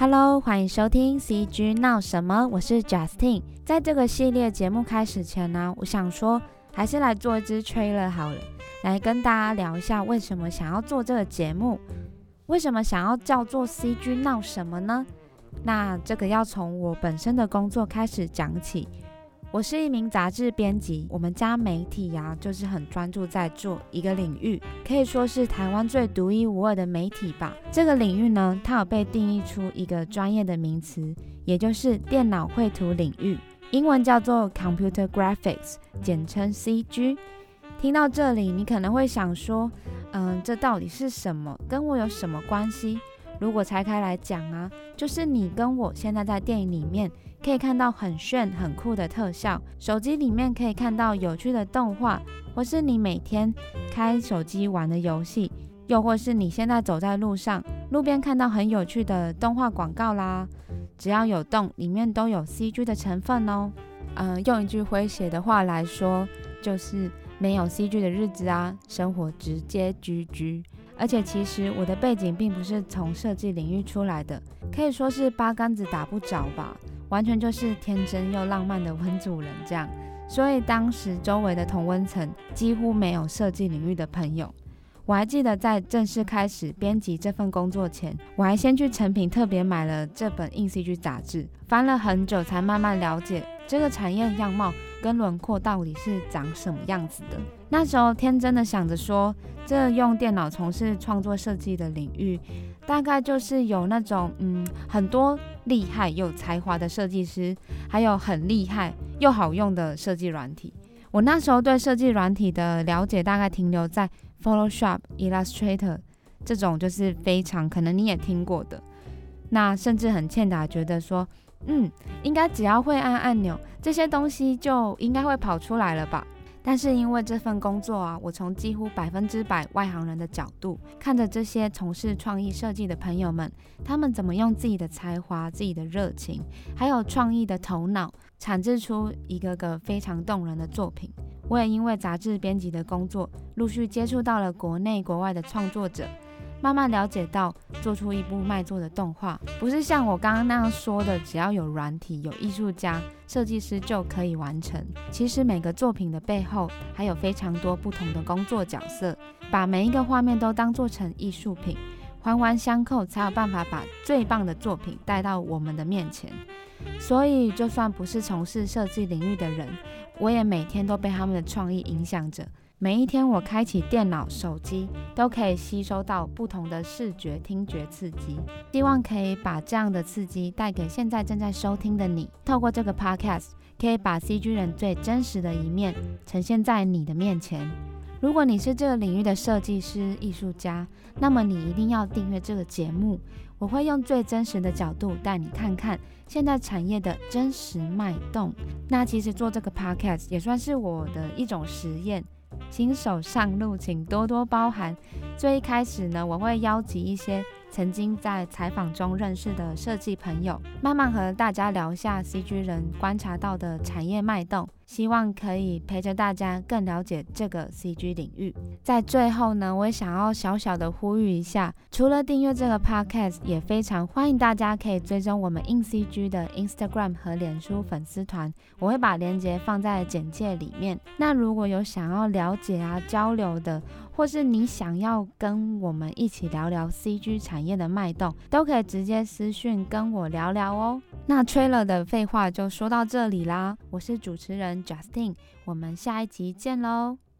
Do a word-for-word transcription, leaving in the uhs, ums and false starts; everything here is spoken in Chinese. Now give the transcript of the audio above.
Hello， 欢迎收听 C G 闹什么，我是 Justin。在这个系列节目开始前呢，我想说还是来做一支 trailer 好了，来跟大家聊一下为什么想要做这个节目，为什么想要叫做 C G 闹什么呢？那这个要从我本身的工作开始讲起。我是一名杂志编辑，我们家媒体啊，就是很专注在做一个领域，可以说是台湾最独一无二的媒体吧。这个领域呢，它有被定义出一个专业的名词，也就是电脑绘图领域，英文叫做 Computer Graphics， 简称 C G。听到这里，你可能会想说，嗯，这到底是什么？跟我有什么关系？如果拆开来讲啊，就是你跟我现在在电影里面可以看到很炫很酷的特效，手机里面可以看到有趣的动画，或是你每天开手机玩的游戏，又或是你现在走在路上，路边看到很有趣的动画广告啦，只要有动，里面都有 C G 的成分哦。嗯、呃，用一句诙谐的话来说，就是没有 C G 的日子啊，生活直接 G G。而且其实我的背景并不是从设计领域出来的，可以说是八竿子打不着吧，完全就是天真又浪漫的文组人这样。所以当时周围的同温层几乎没有设计领域的朋友。我还记得在正式开始编辑这份工作前，我还先去诚品特别买了这本硬 C G 杂志，翻了很久才慢慢了解这个产业样貌跟轮廓到底是长什么样子的。那时候天真的想着说，这用电脑从事创作设计的领域，大概就是有那种嗯很多厉害又有才华的设计师，还有很厉害又好用的设计软体。我那时候对设计软体的了解大概停留在 Photoshop、Illustrator 这种就是非常可能你也听过的，那甚至很欠打觉得说，嗯，应该只要会按按钮，这些东西就应该会跑出来了吧。但是因为这份工作啊，我从几乎百分之百外行人的角度看着这些从事创意设计的朋友们，他们怎么用自己的才华、自己的热情，还有创意的头脑，产制出一个个非常动人的作品。我也因为杂志编辑的工作，陆续接触到了国内国外的创作者，慢慢了解到做出一部卖座的动画，不是像我刚刚那样说的，只要有软体、有艺术家、设计师就可以完成。其实每个作品的背后还有非常多不同的工作角色，把每一个画面都当作成艺术品，环环相扣，才有办法把最棒的作品带到我们的面前。所以就算不是从事设计领域的人，我也每天都被他们的创意影响着。每一天我开启电脑、手机，都可以吸收到不同的视觉、听觉刺激，希望可以把这样的刺激带给现在正在收听的你。透过这个 podcast， 可以把 C G 人最真实的一面呈现在你的面前。如果你是这个领域的设计师、艺术家，那么你一定要订阅这个节目。我会用最真实的角度带你看看现在产业的真实脉动。那其实做这个 podcast 也算是我的一种实验，新手上路请多多包涵。最一开始呢，我会邀集一些曾经在采访中认识的设计朋友，慢慢和大家聊一下 C G 人观察到的产业脉动，希望可以陪着大家更了解这个 C G 领域。在最后呢，我也想要小小的呼吁一下，除了订阅这个 podcast， 也非常欢迎大家可以追踪我们硬 C G 的 Instagram 和脸书粉丝团，我会把链接放在简介里面。那如果有想要了解啊交流的，或是你想要跟我们一起聊聊 C G 产业的脉动，都可以直接私讯跟我聊聊哦。那 trailer 的废话就说到这里啦，我是主持人 Justin， 我们下一集见咯。